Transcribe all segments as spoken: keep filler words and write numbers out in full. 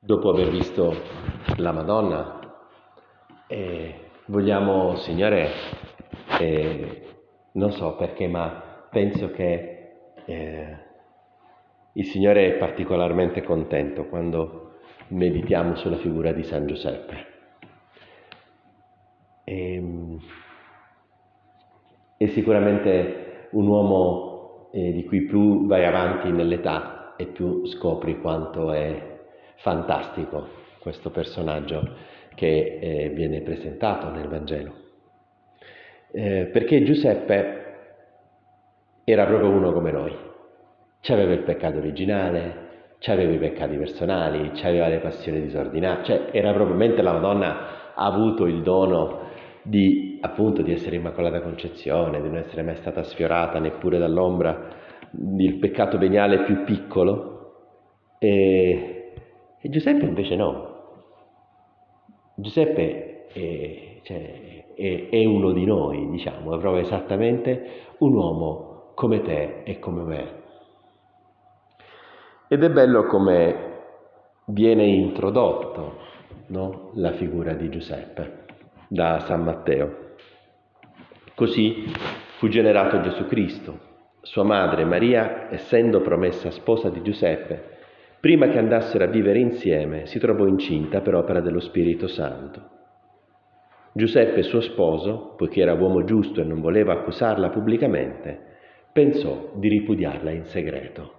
Dopo aver visto la Madonna, eh, vogliamo, Signore, eh, non so perché, ma penso che eh, il Signore è particolarmente contento quando meditiamo sulla figura di San Giuseppe. E, è sicuramente un uomo eh, di cui più vai avanti nell'età e più scopri quanto è fantastico questo personaggio che eh, viene presentato nel Vangelo. Eh, perché Giuseppe era proprio uno come noi. C'aveva il peccato originale, c'aveva i peccati personali, c'aveva le passioni disordinate, cioè era proprio, mentre la Madonna ha avuto il dono di, appunto, di essere Immacolata Concezione, di non essere mai stata sfiorata neppure dall'ombra del peccato veniale più piccolo, e, e Giuseppe invece no. Giuseppe è, cioè, è, è uno di noi, diciamo, è proprio esattamente un uomo come te e come me. Ed è bello come viene introdotto, no? La figura di Giuseppe da San Matteo. Così fu generato Gesù Cristo. Sua madre Maria, essendo promessa sposa di Giuseppe, prima che andassero a vivere insieme, si trovò incinta per opera dello Spirito Santo. Giuseppe, suo sposo, poiché era uomo giusto e non voleva accusarla pubblicamente, pensò di ripudiarla in segreto.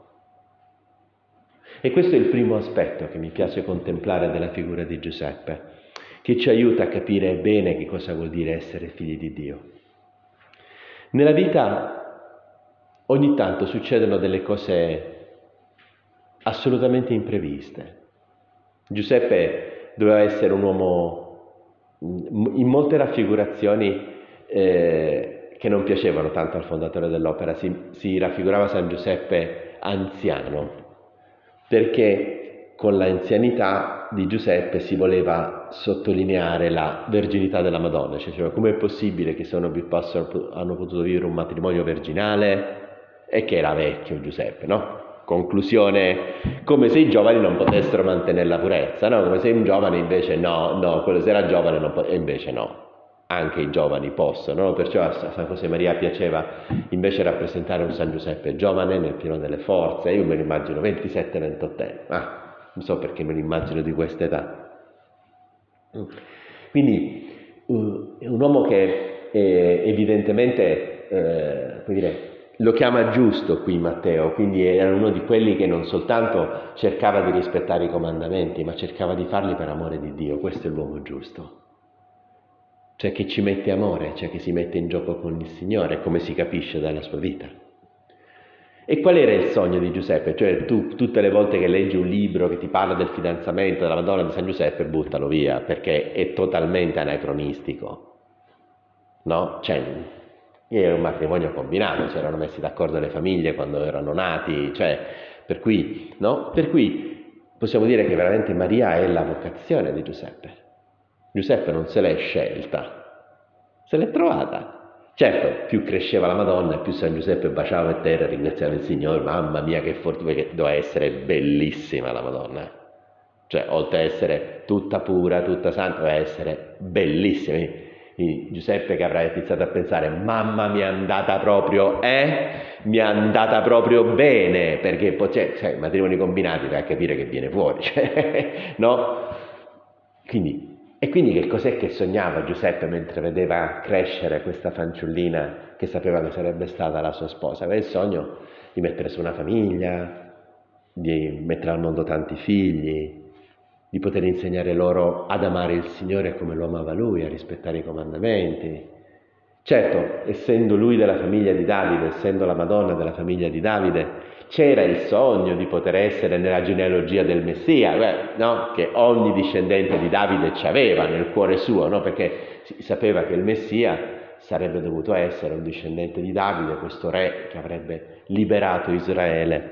E questo è il primo aspetto che mi piace contemplare della figura di Giuseppe, che ci aiuta a capire bene che cosa vuol dire essere figli di Dio. Nella vita ogni tanto succedono delle cose assolutamente impreviste. Giuseppe doveva essere un uomo in molte raffigurazioni eh, che non piacevano tanto al fondatore dell'opera. Si, si raffigurava San Giuseppe anziano, perché con l'anzianità di Giuseppe si voleva sottolineare la verginità della Madonna, cioè come è possibile che sono, possono, hanno potuto vivere un matrimonio virginale e che era vecchio Giuseppe, no? Conclusione, come se i giovani non potessero mantenere la purezza, no? Come se un giovane invece no, no, quello se era giovane non pot- e invece no. Anche i giovani possono, no? Perciò a San José Maria piaceva invece rappresentare un San Giuseppe giovane nel pieno delle forze. Io me lo immagino ventisette ventotto anni, ma non so perché me lo immagino di questa età. Quindi uh, è un uomo che eh, evidentemente eh, come dire, lo chiama giusto qui Matteo, quindi era uno di quelli che non soltanto cercava di rispettare i comandamenti, ma cercava di farli per amore di Dio. Questo è l'uomo giusto. Cioè che ci mette amore, cioè che si mette in gioco con il Signore, come si capisce dalla sua vita. E qual era il sogno di Giuseppe? Cioè tu tutte le volte che leggi un libro che ti parla del fidanzamento della Madonna di San Giuseppe, buttalo via, perché è totalmente anacronistico. No? Cioè, era un matrimonio combinato, si erano messi d'accordo le famiglie quando erano nati, cioè, per cui, no? Per cui possiamo dire che veramente Maria è la vocazione di Giuseppe. Giuseppe non se l'è scelta, se l'è trovata. Certo, più cresceva la Madonna, più San Giuseppe baciava per terra e ringraziava il Signore, mamma mia che fortuna, che doveva essere bellissima la Madonna. Cioè, oltre a essere tutta pura, tutta santa, doveva essere bellissima. Quindi Giuseppe che avrà iniziato a pensare, mamma mi è andata proprio, eh? Mi è andata proprio bene, perché poi c'è, cioè, matrimoni combinati vai a capire che viene fuori, cioè, no? Quindi, e quindi che cos'è che sognava Giuseppe mentre vedeva crescere questa fanciullina che sapeva che sarebbe stata la sua sposa? Aveva il sogno di mettere su una famiglia, di mettere al mondo tanti figli, di poter insegnare loro ad amare il Signore come lo amava Lui, a rispettare i comandamenti. Certo, essendo lui della famiglia di Davide, essendo la Madonna della famiglia di Davide, c'era il sogno di poter essere nella genealogia del Messia, beh, no? Che ogni discendente di Davide ci aveva nel cuore suo, no? Perché si sapeva che il Messia sarebbe dovuto essere un discendente di Davide, questo re che avrebbe liberato Israele.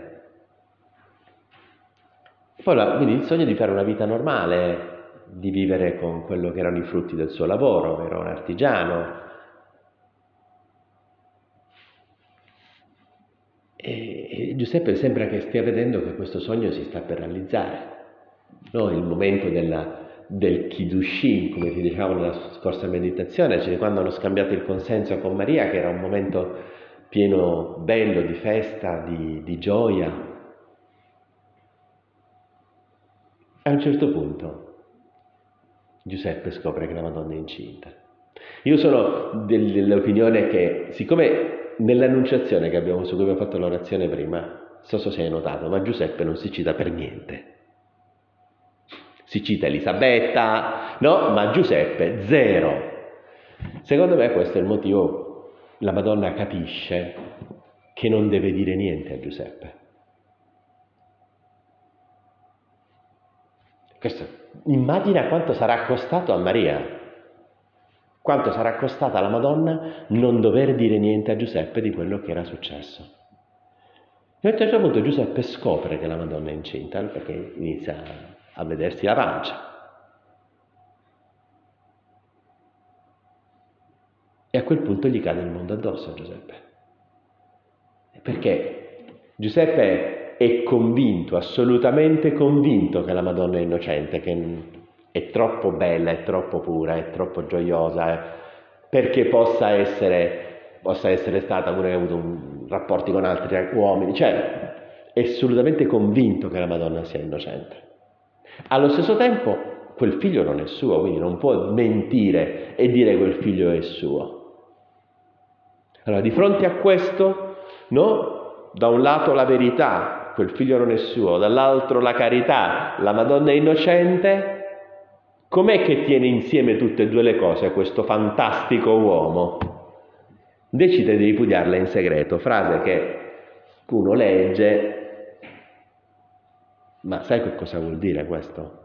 Poi la, quindi il sogno di fare una vita normale, di vivere con quello che erano i frutti del suo lavoro, era un artigiano. E, e Giuseppe sembra che stia vedendo che questo sogno si sta per realizzare. no? Il momento della, del Kiddushin, come ti dicevamo nella scorsa meditazione, cioè quando hanno scambiato il consenso con Maria, che era un momento pieno bello di festa, di, di gioia. A un certo punto Giuseppe scopre che la Madonna è incinta. Io sono dell'opinione che, siccome nell'annunciazione che abbiamo, su cui abbiamo fatto l'orazione prima, non so se hai notato, ma Giuseppe non si cita per niente. Si cita Elisabetta, no? Ma Giuseppe, zero. Secondo me questo è il motivo, la Madonna capisce che non deve dire niente a Giuseppe. Questo, immagina quanto sarà costato a Maria, quanto sarà costata alla Madonna non dover dire niente a Giuseppe di quello che era successo. E a un certo punto Giuseppe scopre che la Madonna è incinta, perché inizia a vedersi la pancia. E a quel punto gli cade il mondo addosso a Giuseppe. Perché Giuseppe è convinto, assolutamente convinto che la Madonna è innocente, che è troppo bella, è troppo pura, è troppo gioiosa, eh, perché possa essere, possa essere stata una che ha avuto un, rapporti con altri uomini. Cioè, è assolutamente convinto che la Madonna sia innocente. Allo stesso tempo, quel figlio non è suo, quindi non può mentire e dire che quel figlio è suo. Allora, di fronte a questo, no? Da un lato la verità, quel figlio non è suo, dall'altro la carità, la Madonna è innocente, com'è che tiene insieme tutte e due le cose questo fantastico uomo? Decide di ripudiarla in segreto, frase che uno legge, ma sai che cosa vuol dire questo?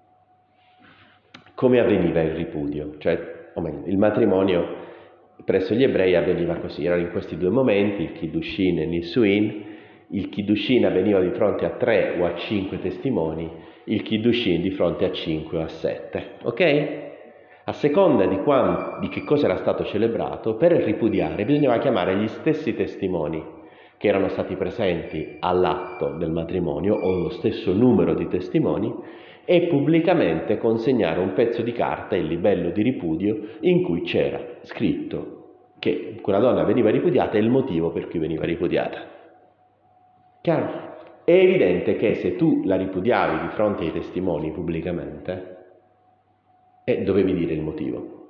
Come avveniva il ripudio? Cioè, o meglio, il matrimonio presso gli ebrei avveniva così, erano in questi due momenti, il Kiddushin e il Nisuin. Il Kiddushin avveniva di fronte a tre o a cinque testimoni, il Kiddushin di fronte a cinque o a sette, ok? A seconda di, quando, di che cosa era stato celebrato, per ripudiare bisognava chiamare gli stessi testimoni che erano stati presenti all'atto del matrimonio o lo stesso numero di testimoni e pubblicamente consegnare un pezzo di carta, il libello di ripudio, in cui c'era scritto che quella donna veniva ripudiata e il motivo per cui veniva ripudiata. Chiaro? È evidente che se tu la ripudiavi di fronte ai testimoni pubblicamente, eh, dovevi dire il motivo.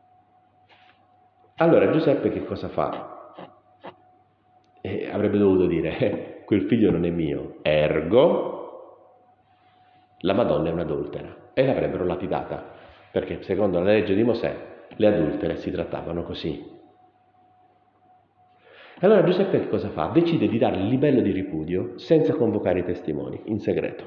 Allora Giuseppe che cosa fa? Eh, avrebbe dovuto dire, eh, quel figlio non è mio, ergo la Madonna è un'adultera, e l'avrebbero lapidata, perché secondo la legge di Mosè le adultere si trattavano così. Allora Giuseppe che cosa fa? Decide di dare il libello di ripudio senza convocare i testimoni, in segreto.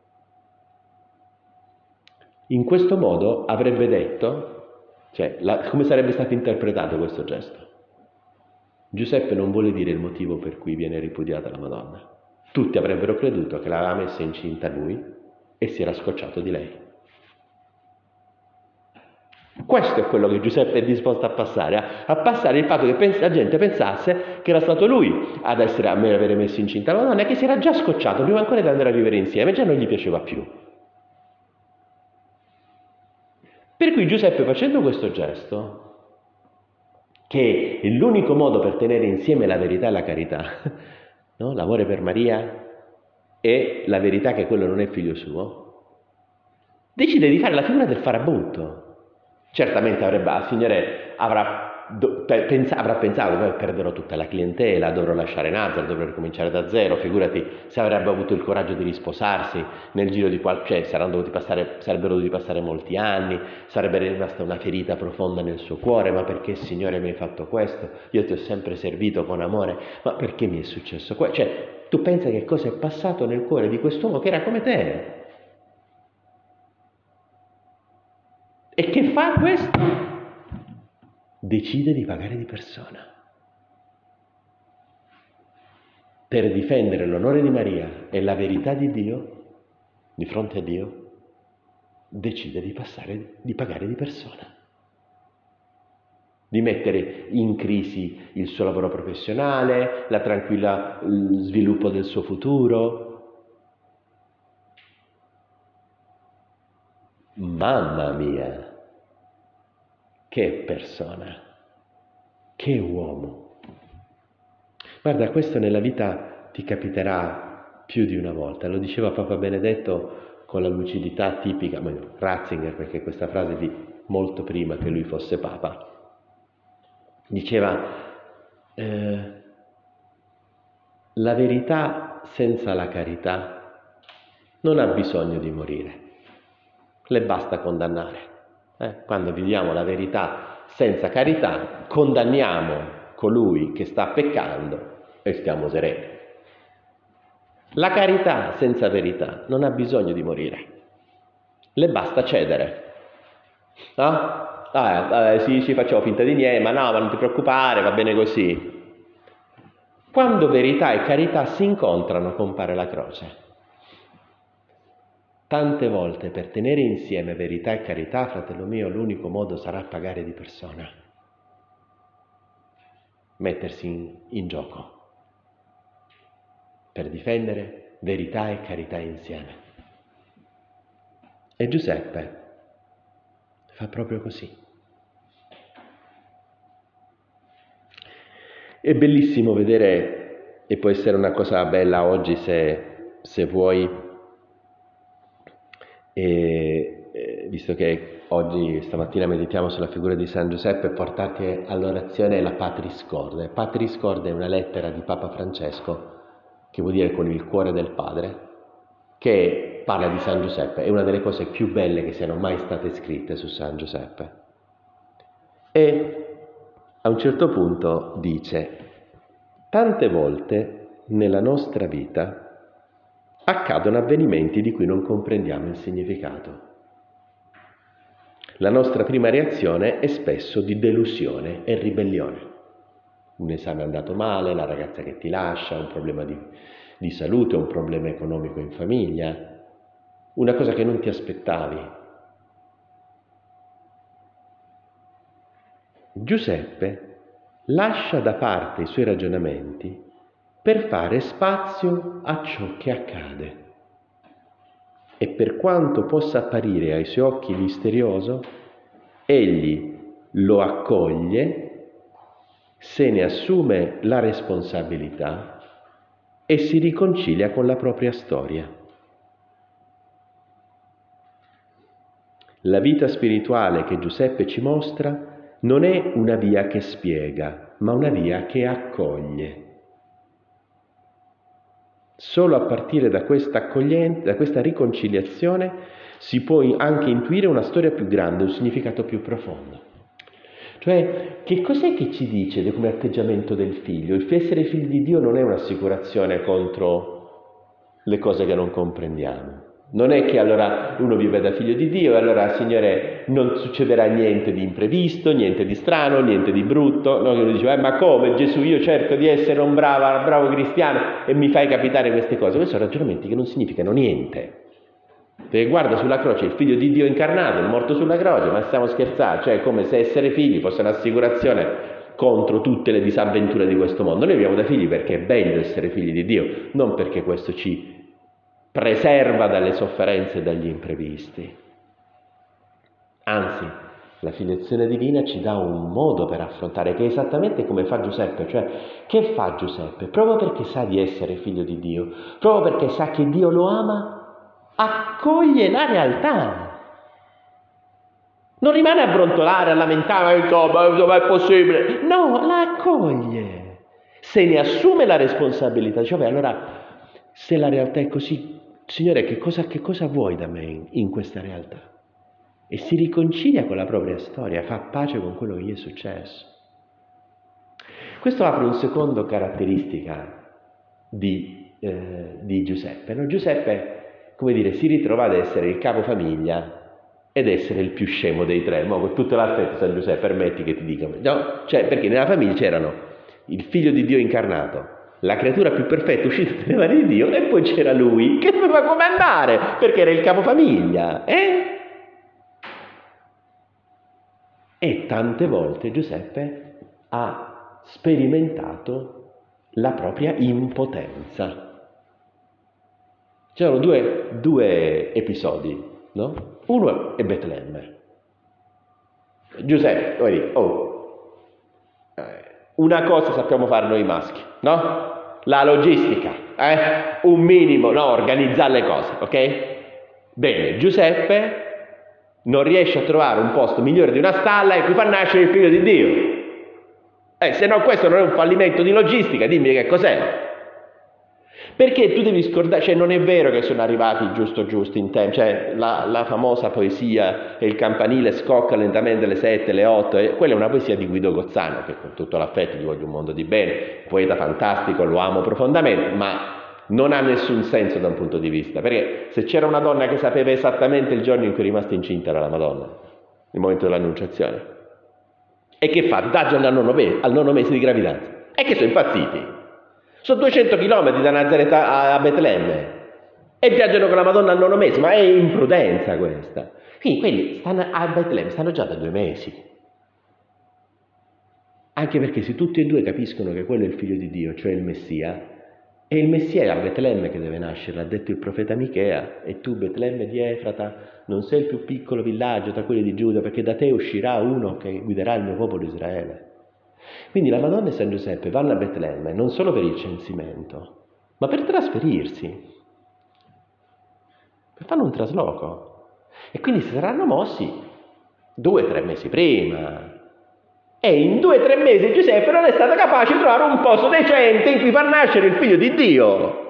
In questo modo avrebbe detto, cioè la, come sarebbe stato interpretato questo gesto? Giuseppe non vuole dire il motivo per cui viene ripudiata la Madonna. Tutti avrebbero creduto che l'aveva messa incinta lui e si era scocciato di lei. Questo è quello che Giuseppe è disposto a passare, a, a passare il fatto che la gente pensasse che era stato lui ad essere, a me avere messo incinta la Madonna e che si era già scocciato prima ancora di andare a vivere insieme, già non gli piaceva più. Per cui Giuseppe, facendo questo gesto, che è l'unico modo per tenere insieme la verità e la carità, no? L'amore per Maria e la verità che quello non è figlio suo, decide di fare la figura del farabutto. Certamente avrebbe, il Signore avrà, do, pensa, avrà pensato che perderò tutta la clientela, dovrò lasciare Nazareth, dovrò ricominciare da zero, figurati se avrebbe avuto il coraggio di risposarsi nel giro di qualche, cioè saranno dovuti passare, sarebbero dovuti passare molti anni, sarebbe rimasta una ferita profonda nel suo cuore, ma perché Signore mi hai fatto questo? Io ti ho sempre servito con amore, ma perché mi è successo questo? Cioè, tu pensa che cosa è passato nel cuore di quest'uomo che era come te? E che fa questo? Decide di pagare di persona. Per difendere l'onore di Maria e la verità di Dio, di fronte a Dio, decide di, passare, di pagare di persona. Di mettere in crisi il suo lavoro professionale, la tranquilla sviluppo del suo futuro. mamma mia, che persona, che uomo. Guarda, questo nella vita ti capiterà più di una volta, lo diceva Papa Benedetto con la lucidità tipica, bueno, Ratzinger, perché questa frase di molto prima che lui fosse Papa, diceva eh, la verità senza la carità non ha bisogno di morire, le basta condannare. Eh? Quando viviamo la verità senza carità, condanniamo colui che sta peccando e stiamo sereni. La carità senza verità non ha bisogno di morire, le basta cedere. No? Ah, eh, sì, sì, facciamo finta di niente, ma no, ma non ti preoccupare, va bene così. Quando verità e carità si incontrano, compare la croce. Tante volte per tenere insieme verità e carità, fratello mio, l'unico modo sarà pagare di persona, mettersi in, in gioco per difendere verità e carità insieme. E Giuseppe fa proprio così. È bellissimo vedere, e può essere una cosa bella oggi se, se vuoi, e, eh, visto che oggi, stamattina meditiamo sulla figura di San Giuseppe, portarti all'orazione la Patris Corde. Patris Corde è una lettera di Papa Francesco, che vuol dire con il cuore del Padre, che parla di San Giuseppe. È una delle cose più belle che siano mai state scritte su San Giuseppe. E a un certo punto dice: tante volte nella nostra vita accadono avvenimenti di cui non comprendiamo il significato. La nostra prima reazione è spesso di delusione e ribellione. Un esame è andato male, la ragazza che ti lascia, un problema di, di salute, un problema economico in famiglia, una cosa che non ti aspettavi. Giuseppe lascia da parte i suoi ragionamenti per fare spazio a ciò che accade. E per quanto possa apparire ai suoi occhi misterioso, egli lo accoglie, se ne assume la responsabilità e si riconcilia con la propria storia. La vita spirituale che Giuseppe ci mostra non è una via che spiega, ma una via che accoglie. Solo a partire da questa accoglienza, da questa riconciliazione, si può anche intuire una storia più grande, un significato più profondo. Cioè, che cos'è che ci dice come atteggiamento del figlio? Il essere figli di Dio non è un'assicurazione contro le cose che non comprendiamo. Non è che allora uno vive da figlio di Dio e allora, Signore, non succederà niente di imprevisto, niente di strano, niente di brutto. No, uno dice, eh, ma come Gesù, io cerco di essere un bravo, bravo cristiano e mi fai capitare queste cose. Questi sono ragionamenti che non significano niente. Perché guarda sulla croce il figlio di Dio incarnato, è morto sulla croce, ma stiamo scherzando, cioè è come se essere figli fosse un'assicurazione contro tutte le disavventure di questo mondo. Noi viviamo da figli perché è bello essere figli di Dio, non perché questo ci preserva dalle sofferenze e dagli imprevisti. Anzi, la filiazione divina ci dà un modo per affrontare, che è esattamente come fa Giuseppe. Cioè, che fa Giuseppe? Proprio perché sa di essere figlio di Dio, proprio perché sa che Dio lo ama, accoglie la realtà. Non rimane a brontolare, a lamentare, insomma, insomma, è possibile. No, la accoglie. Se ne assume la responsabilità. Cioè, beh, allora, se la realtà è così, Signore, che cosa, che cosa vuoi da me in, in questa realtà? E si riconcilia con la propria storia, fa pace con quello che gli è successo. Questo apre un secondo caratteristica di, eh, di Giuseppe. No? Giuseppe, come dire, si ritrova ad essere il capofamiglia ed essere il più scemo dei tre. Ma con tutto l'affetto, San Giuseppe, permetti che ti dica. No? Cioè, perché nella famiglia c'erano il figlio di Dio incarnato, la creatura più perfetta uscita dalle mani di Dio, e poi c'era lui che doveva comandare perché era il capofamiglia. Eh? E tante volte Giuseppe ha sperimentato la propria impotenza. C'erano due, due episodi no? Uno è Betlemme. Giuseppe, vuoi dire, oh, una cosa sappiamo fare noi maschi, no? La logistica, eh? Un minimo, no? Organizzare le cose, ok? Bene, Giuseppe non riesce a trovare un posto migliore di una stalla in cui fa nascere il figlio di Dio. Eh, se no questo non è un fallimento di logistica, dimmi che cos'è. Perché tu devi scordare, cioè non è vero che sono arrivati giusto giusto in tempo, cioè la, la famosa poesia e il campanile scocca lentamente alle sette, alle otto, e quella è una poesia di Guido Gozzano, che con tutto l'affetto gli voglio un mondo di bene, poeta fantastico, lo amo profondamente, ma non ha nessun senso da un punto di vista, perché se c'era una donna che sapeva esattamente il giorno in cui è rimasta incinta era la Madonna, il momento dell'annunciazione, e che fa? Dà già al nono mese, al nono mese di gravidanza, e che sono impazziti. Sono duecento chilometri da Nazaret a Betlemme e viaggiano con la Madonna al nono mese, ma è imprudenza questa. Quindi quelli stanno a Betlemme, stanno già da due mesi. Anche perché se tutti e due capiscono che quello è il figlio di Dio, cioè il Messia, è il Messia a Betlemme che deve nascere, l'ha detto il profeta Michea, e tu Betlemme di Efrata non sei il più piccolo villaggio tra quelli di Giuda, perché da te uscirà uno che guiderà il mio popolo Israele. Quindi la Madonna e San Giuseppe vanno a Betlemme non solo per il censimento, ma per trasferirsi, per fare un trasloco. E quindi si saranno mossi due o tre mesi prima. E in due o tre mesi Giuseppe non è stato capace di trovare un posto decente in cui far nascere il figlio di Dio.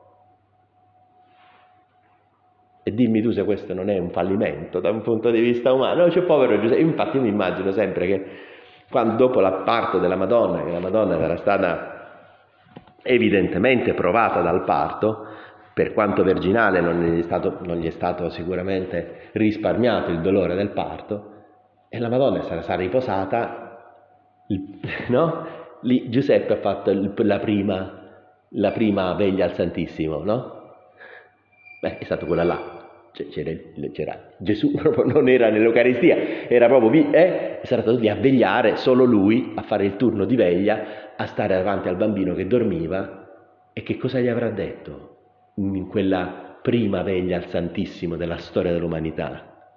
E dimmi tu se questo non è un fallimento da un punto di vista umano. Cioè, povero Giuseppe. Infatti io mi immagino sempre che quando dopo la parto della Madonna, che la Madonna era stata evidentemente provata dal parto, per quanto virginale non gli è stato, non gli è stato sicuramente risparmiato il dolore del parto, e la Madonna sarà, sarà riposata, no? Lì Giuseppe ha fatto il, la, prima, la prima veglia al Santissimo, no? Beh, è stato quella là. C'era, c'era Gesù, proprio non era nell'Eucaristia, era proprio lì, eh? Sarà stato lì a vegliare, solo lui, a fare il turno di veglia, a stare davanti al bambino che dormiva. E che cosa gli avrà detto in quella prima veglia al Santissimo della storia dell'umanità?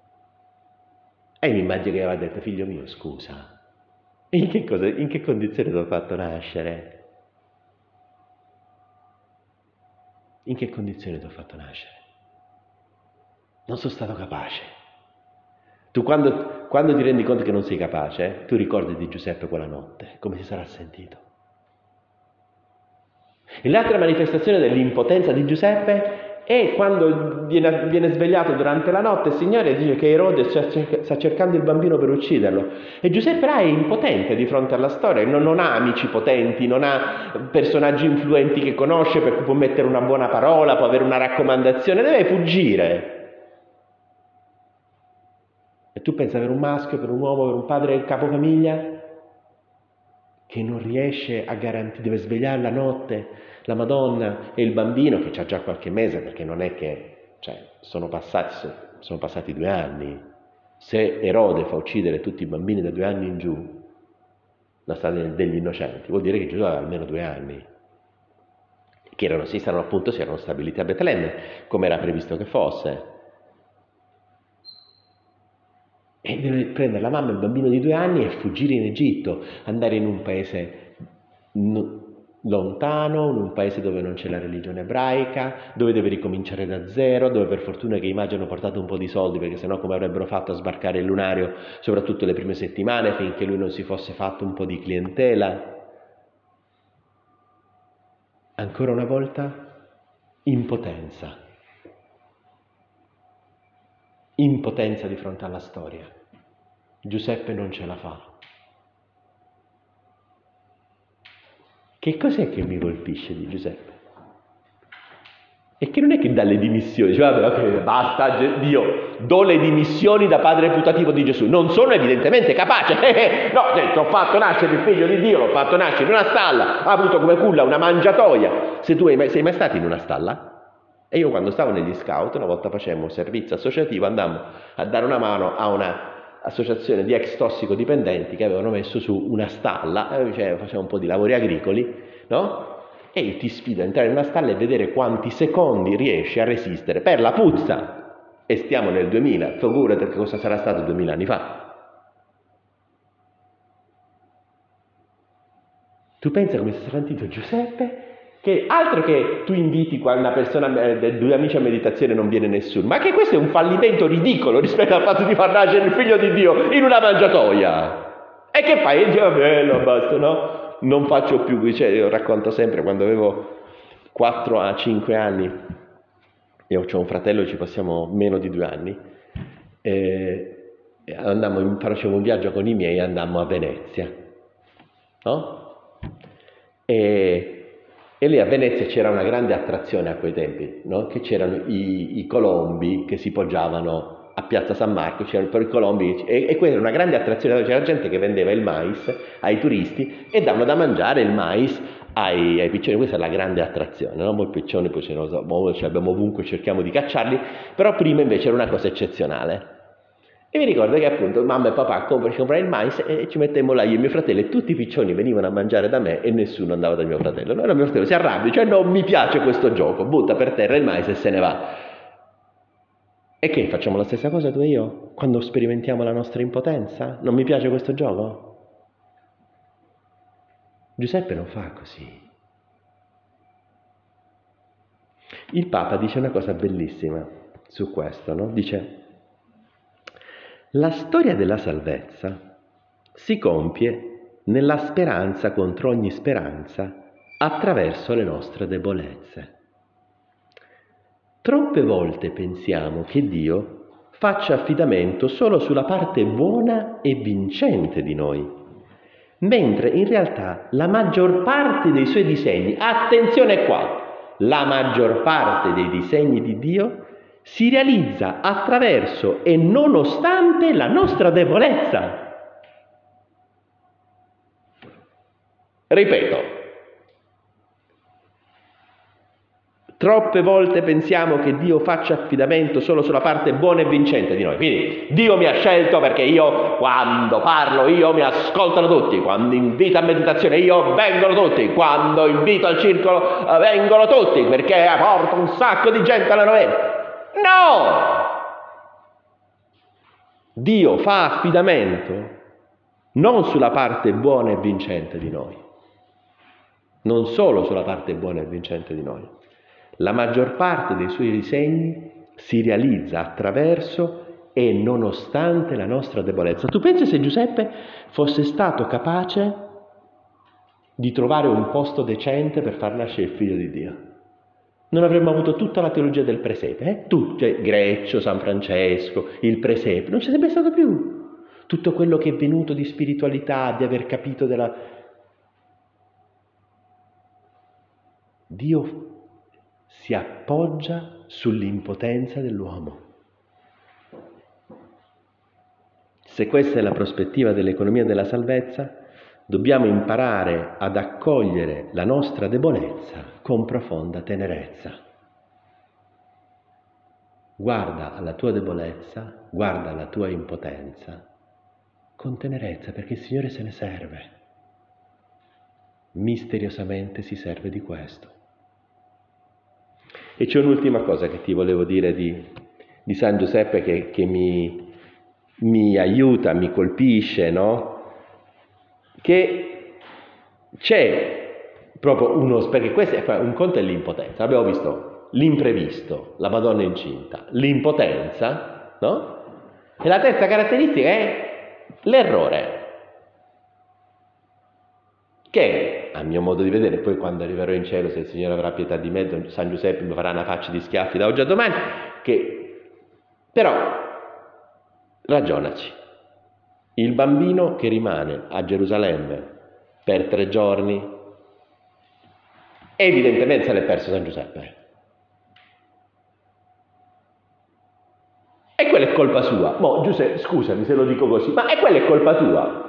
E mi immagino che gli avrà detto: figlio mio, scusa, in che, cosa, in che condizioni ti ho fatto nascere? In che condizioni ti ho fatto nascere? Non sono stato capace. Tu quando, quando ti rendi conto che non sei capace, tu ricordi di Giuseppe quella notte, come si sarà sentito. E l'altra manifestazione dell'impotenza di Giuseppe è quando viene, viene svegliato durante la notte, il Signore dice che Erode sta cercando il bambino per ucciderlo. E Giuseppe là è impotente di fronte alla storia, non, non ha amici potenti, non ha personaggi influenti che conosce per cui può mettere una buona parola, può avere una raccomandazione, deve fuggire. E tu pensi avere un maschio, per un uomo, per un padre capofamiglia che non riesce a garantire, deve svegliare la notte la Madonna e il bambino che ha già qualche mese, perché non è che, cioè, sono passati, sono passati due anni. Se Erode fa uccidere tutti i bambini da due anni in giù, la strada degli innocenti, vuol dire che Gesù aveva almeno due anni, che erano, si saranno appunto, si erano stabiliti a Betlemme, come era previsto che fosse. E deve prendere la mamma e il bambino di due anni e fuggire in Egitto, andare in un paese lontano, in un paese dove non c'è la religione ebraica, dove deve ricominciare da zero, dove per fortuna che i magi hanno portato un po' di soldi, perché sennò come avrebbero fatto a sbarcare il lunario, soprattutto le prime settimane, finché lui non si fosse fatto un po' di clientela. Ancora una volta, impotenza. Impotenza di fronte alla storia. Giuseppe non ce la fa. Che cos'è che mi colpisce di Giuseppe? È che non è che dà le dimissioni, dice vabbè, ok, basta, Dio, do le dimissioni da padre putativo di Gesù, non sono evidentemente capace, no, ti ho fatto nascere il figlio di Dio, l'ho fatto nascere in una stalla, ha avuto come culla una mangiatoia. Se tu sei mai stato in una stalla? E io quando stavo negli scout, una volta facemmo un servizio associativo, andammo a dare una mano a una associazione di ex tossicodipendenti che avevano messo su una stalla, cioè, facevamo un po' di lavori agricoli, no? E io ti sfido a entrare in una stalla e vedere quanti secondi riesci a resistere per la puzza e stiamo nel duemila, figurati che cosa sarà stato duemila anni fa. Tu pensa come si è sentito Giuseppe? Che altro che tu inviti una persona, due amici a meditazione, non viene nessuno, ma che questo è un fallimento ridicolo rispetto al fatto di far nascere il figlio di Dio in una mangiatoia. E che fai? E dici, bello, basta, no? Non faccio più, cioè, io racconto sempre quando avevo quattro a cinque anni, io ho un fratello, ci passiamo meno di due anni, e andammo in, facevo un viaggio con i miei e andammo a Venezia, no? E, e lì a Venezia c'era una grande attrazione a quei tempi, no? Che c'erano i, i colombi che si poggiavano a Piazza San Marco, c'erano per i colombi, e, e quella era una grande attrazione, c'era gente che vendeva il mais ai turisti e davano da mangiare il mais ai, ai piccioni. Questa è la grande attrazione, no? Poi i piccioni poi ce ne abbiamo ovunque, cerchiamo di cacciarli, però prima invece era una cosa eccezionale. E mi ricordo che appunto mamma e papà comprano il mais e ci mettemmo là io e mio fratello, e tutti i piccioni venivano a mangiare da me e nessuno andava da mio fratello. Allora mio fratello si arrabbia, cioè non mi piace questo gioco, butta per terra il mais e se ne va. E che facciamo la stessa cosa tu e io? Quando sperimentiamo la nostra impotenza? Non mi piace questo gioco? Giuseppe non fa così. Il Papa dice una cosa bellissima su questo, no? Dice: la storia della salvezza si compie nella speranza contro ogni speranza attraverso le nostre debolezze. Troppe volte pensiamo che Dio faccia affidamento solo sulla parte buona e vincente di noi, mentre in realtà la maggior parte dei suoi disegni, attenzione qua, la maggior parte dei disegni di Dio si realizza attraverso e nonostante la nostra debolezza. Ripeto, troppe volte pensiamo che Dio faccia affidamento solo sulla parte buona e vincente di noi. Quindi Dio mi ha scelto perché io quando parlo io mi ascoltano tutti, quando invito a meditazione io vengono tutti, quando invito al circolo vengono tutti perché porto un sacco di gente alla novena. No! Dio fa affidamento non sulla parte buona e vincente di noi, non solo sulla parte buona e vincente di noi. La maggior parte dei suoi disegni si realizza attraverso e nonostante la nostra debolezza. Tu pensi se Giuseppe fosse stato capace di trovare un posto decente per far nascere il figlio di Dio? Non avremmo avuto tutta la teologia del presepe, eh? Tu, cioè Greccio, San Francesco, il presepe, non c'è sempre stato più. Tutto quello che è venuto di spiritualità, di aver capito della... Dio si appoggia sull'impotenza dell'uomo. Se questa è la prospettiva dell'economia della salvezza, dobbiamo imparare ad accogliere la nostra debolezza con profonda tenerezza. Guarda alla tua debolezza, guarda alla tua impotenza con tenerezza, perché il Signore se ne serve. Misteriosamente si serve di questo. E c'è un'ultima cosa che ti volevo dire di, di San Giuseppe che, che mi, mi aiuta, mi colpisce, no? Che c'è proprio uno, perché questo è un conto è l'impotenza, abbiamo visto l'imprevisto, la Madonna incinta, l'impotenza, no? E la terza caratteristica è l'errore, che a mio modo di vedere, poi quando arriverò in cielo, se il Signore avrà pietà di me, San Giuseppe mi farà una faccia di schiaffi da oggi a domani, che però ragionaci. Il bambino che rimane a Gerusalemme per tre giorni, evidentemente se l'è perso San Giuseppe. E quella è colpa sua. Mo, Giuseppe, scusami se lo dico così, ma e quella è colpa tua.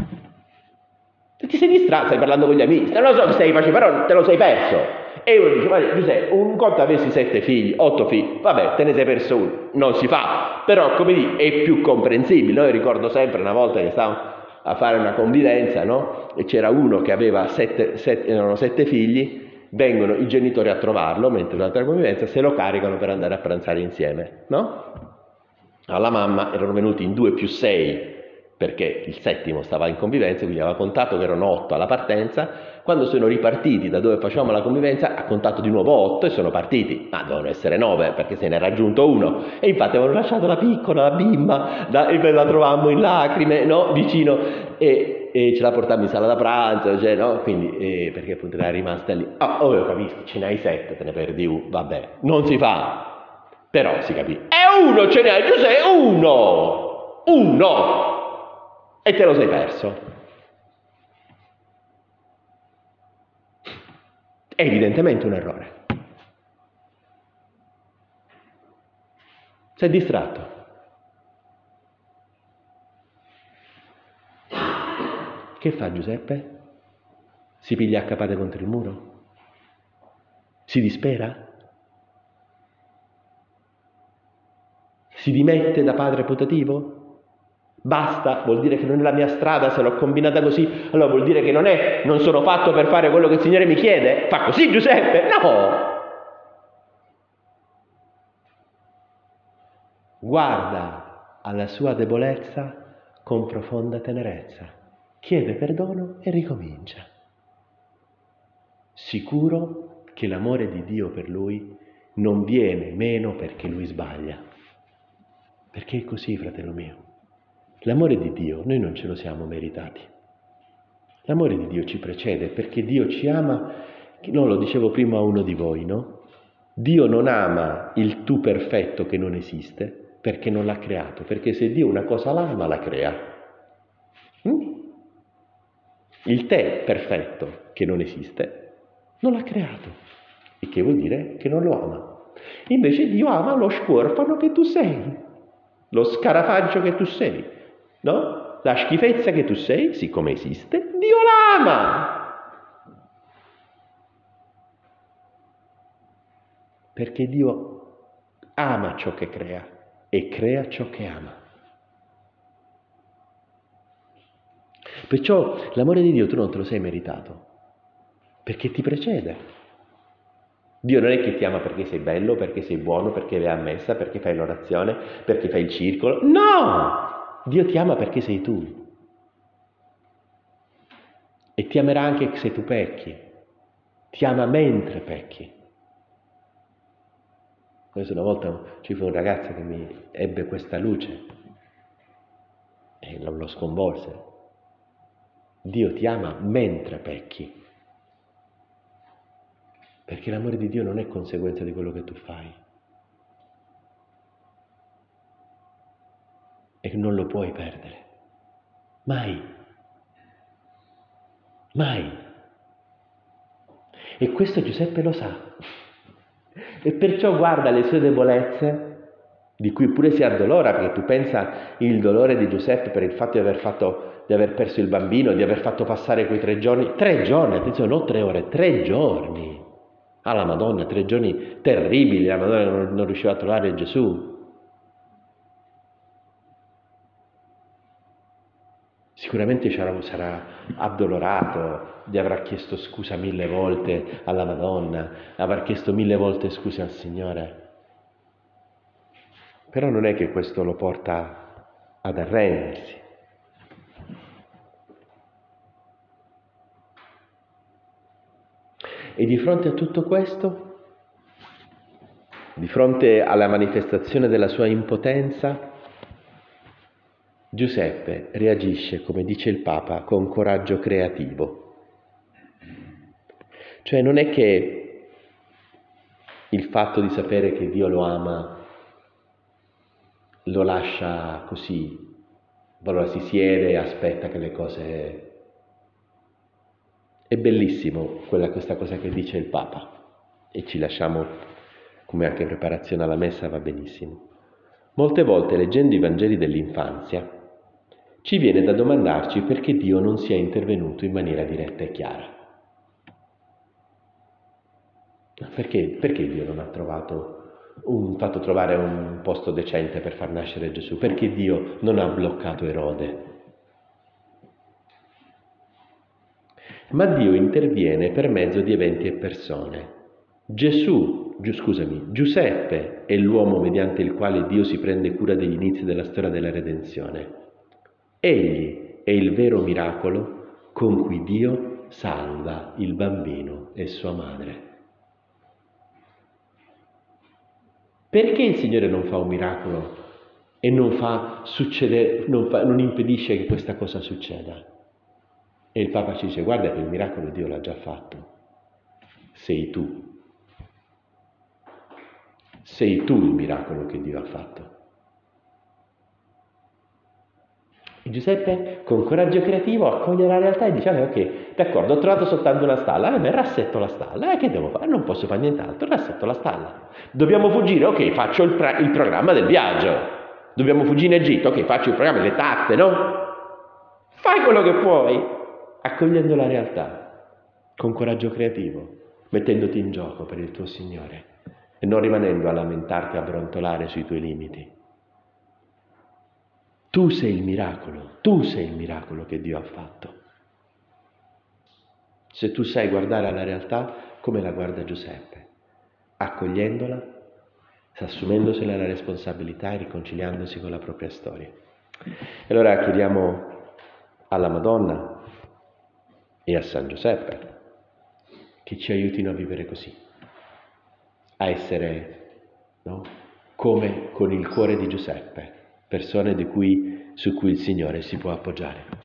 Ti sei distratto, stai parlando con gli amici, non lo so che stai facendo, però te lo sei perso. E uno dice, ma Giuseppe, un conto avessi sette figli, otto figli, vabbè, te ne sei perso uno, non si fa, però come dire, è più comprensibile. Io ricordo sempre una volta che stavamo a fare una convivenza, no? E c'era uno che aveva sette, sette, erano sette figli, vengono i genitori a trovarlo mentre durante la convivenza, se lo caricano per andare a pranzare insieme, no? Alla mamma erano venuti in due più sei perché il settimo stava in convivenza, quindi aveva contato che erano otto alla partenza. Quando sono ripartiti da dove facevamo la convivenza ha contato di nuovo otto e sono partiti, ma dovevano essere nove perché se ne era raggiunto uno, e infatti avevano lasciato la piccola, la bimba, da, e la trovammo in lacrime, no? Vicino, e, e ce la portammo in sala da pranzo, cioè, no? Quindi, eh, perché appunto era rimasta lì. Ah, oh, capisco, ce ne hai sette, te ne perdi uno, vabbè, non si fa, però si capisce. E uno ce ne hai, Giuseppe, uno, uno, e te lo sei perso. È evidentemente un errore. Sei distratto. Che fa Giuseppe? Si piglia a capate contro il muro? Si dispera? Si dimette da padre putativo? Basta, vuol dire che non è la mia strada, se l'ho combinata così, allora vuol dire che non è, non sono fatto per fare quello che il Signore mi chiede? Fa così Giuseppe? No! Guarda alla sua debolezza con profonda tenerezza, chiede perdono e ricomincia, sicuro che l'amore di Dio per lui non viene meno perché lui sbaglia, perché è così, fratello mio. L'amore di Dio noi non ce lo siamo meritati, l'amore di Dio ci precede perché Dio ci ama, non lo dicevo prima a uno di voi, no? Dio non ama il tu perfetto che non esiste perché non l'ha creato, perché se Dio una cosa l'ama la crea. Mm? Il te perfetto che non esiste non l'ha creato, il che vuol dire che non lo ama. Invece Dio ama lo squorfano che tu sei, lo scarafaggio che tu sei, no? La schifezza che tu sei, siccome esiste, Dio l'ama. Perché Dio ama ciò che crea e crea ciò che ama. Perciò l'amore di Dio tu non te lo sei meritato, perché ti precede. Dio non è che ti ama perché sei bello, perché sei buono, perché vai a messa, perché fai l'orazione, perché fai il circolo. No! Dio ti ama perché sei tu. E ti amerà anche se tu pecchi. Ti ama mentre pecchi. Questo una volta ci fu un ragazzo che mi ebbe questa luce e lo, lo sconvolse. Dio ti ama mentre pecchi. Perché l'amore di Dio non è conseguenza di quello che tu fai. E non lo puoi perdere. Mai. Mai. E questo Giuseppe lo sa. E perciò guarda le sue debolezze, di cui pure si addolora, perché tu pensa il dolore di Giuseppe per il fatto di aver, fatto, di aver perso il bambino, di aver fatto passare quei tre giorni, tre giorni, attenzione, non tre ore, tre giorni, alla Madonna, tre giorni terribili, la Madonna non, non riusciva a trovare Gesù. Sicuramente sarà addolorato, gli avrà chiesto scusa mille volte alla Madonna, avrà chiesto mille volte scusa al Signore. Però non è che questo lo porta ad arrendersi. E di fronte a tutto questo, di fronte alla manifestazione della sua impotenza, Giuseppe reagisce, come dice il Papa, con coraggio creativo. Cioè non è che il fatto di sapere che Dio lo ama lo lascia così, allora si siede e aspetta che le cose... È bellissimo quella, questa cosa che dice il Papa, e ci lasciamo, come anche in preparazione alla messa va benissimo. Molte volte, leggendo i Vangeli dell'infanzia, ci viene da domandarci perché Dio non sia intervenuto in maniera diretta e chiara. Perché, perché Dio non ha trovato un, fatto trovare un posto decente per far nascere Gesù? Perché Dio non ha bloccato Erode? Ma Dio interviene per mezzo di eventi e persone. Gesù, giu, scusami, Giuseppe è l'uomo mediante il quale Dio si prende cura degli inizi della storia della redenzione. Egli è il vero miracolo con cui Dio salva il bambino e sua madre. Perché il Signore non fa un miracolo e non fa succedere, non, fa, non impedisce che questa cosa succeda? E il Papa ci dice: guarda che il miracolo Dio l'ha già fatto. Sei tu. Sei tu il miracolo che Dio ha fatto. E Giuseppe, con coraggio creativo, accoglie la realtà e dice: ok, d'accordo, ho trovato soltanto una stalla, eh, beh, rassetto la stalla, eh, che devo fare? Non posso fare nient'altro, rassetto la stalla. Dobbiamo fuggire? Ok, faccio il, pra- il programma del viaggio. Dobbiamo fuggire in Egitto? Ok, faccio il programma delle tappe, no? Fai quello che puoi, accogliendo la realtà, con coraggio creativo, mettendoti in gioco per il tuo Signore e non rimanendo a lamentarti, a brontolare sui tuoi limiti. Tu sei il miracolo, tu sei il miracolo che Dio ha fatto. Se tu sai guardare alla realtà come la guarda Giuseppe, accogliendola, assumendosene la responsabilità e riconciliandosi con la propria storia. E allora chiediamo alla Madonna e a San Giuseppe che ci aiutino a vivere così, a essere, no, come con il cuore di Giuseppe, persone di cui, su cui il Signore si può appoggiare.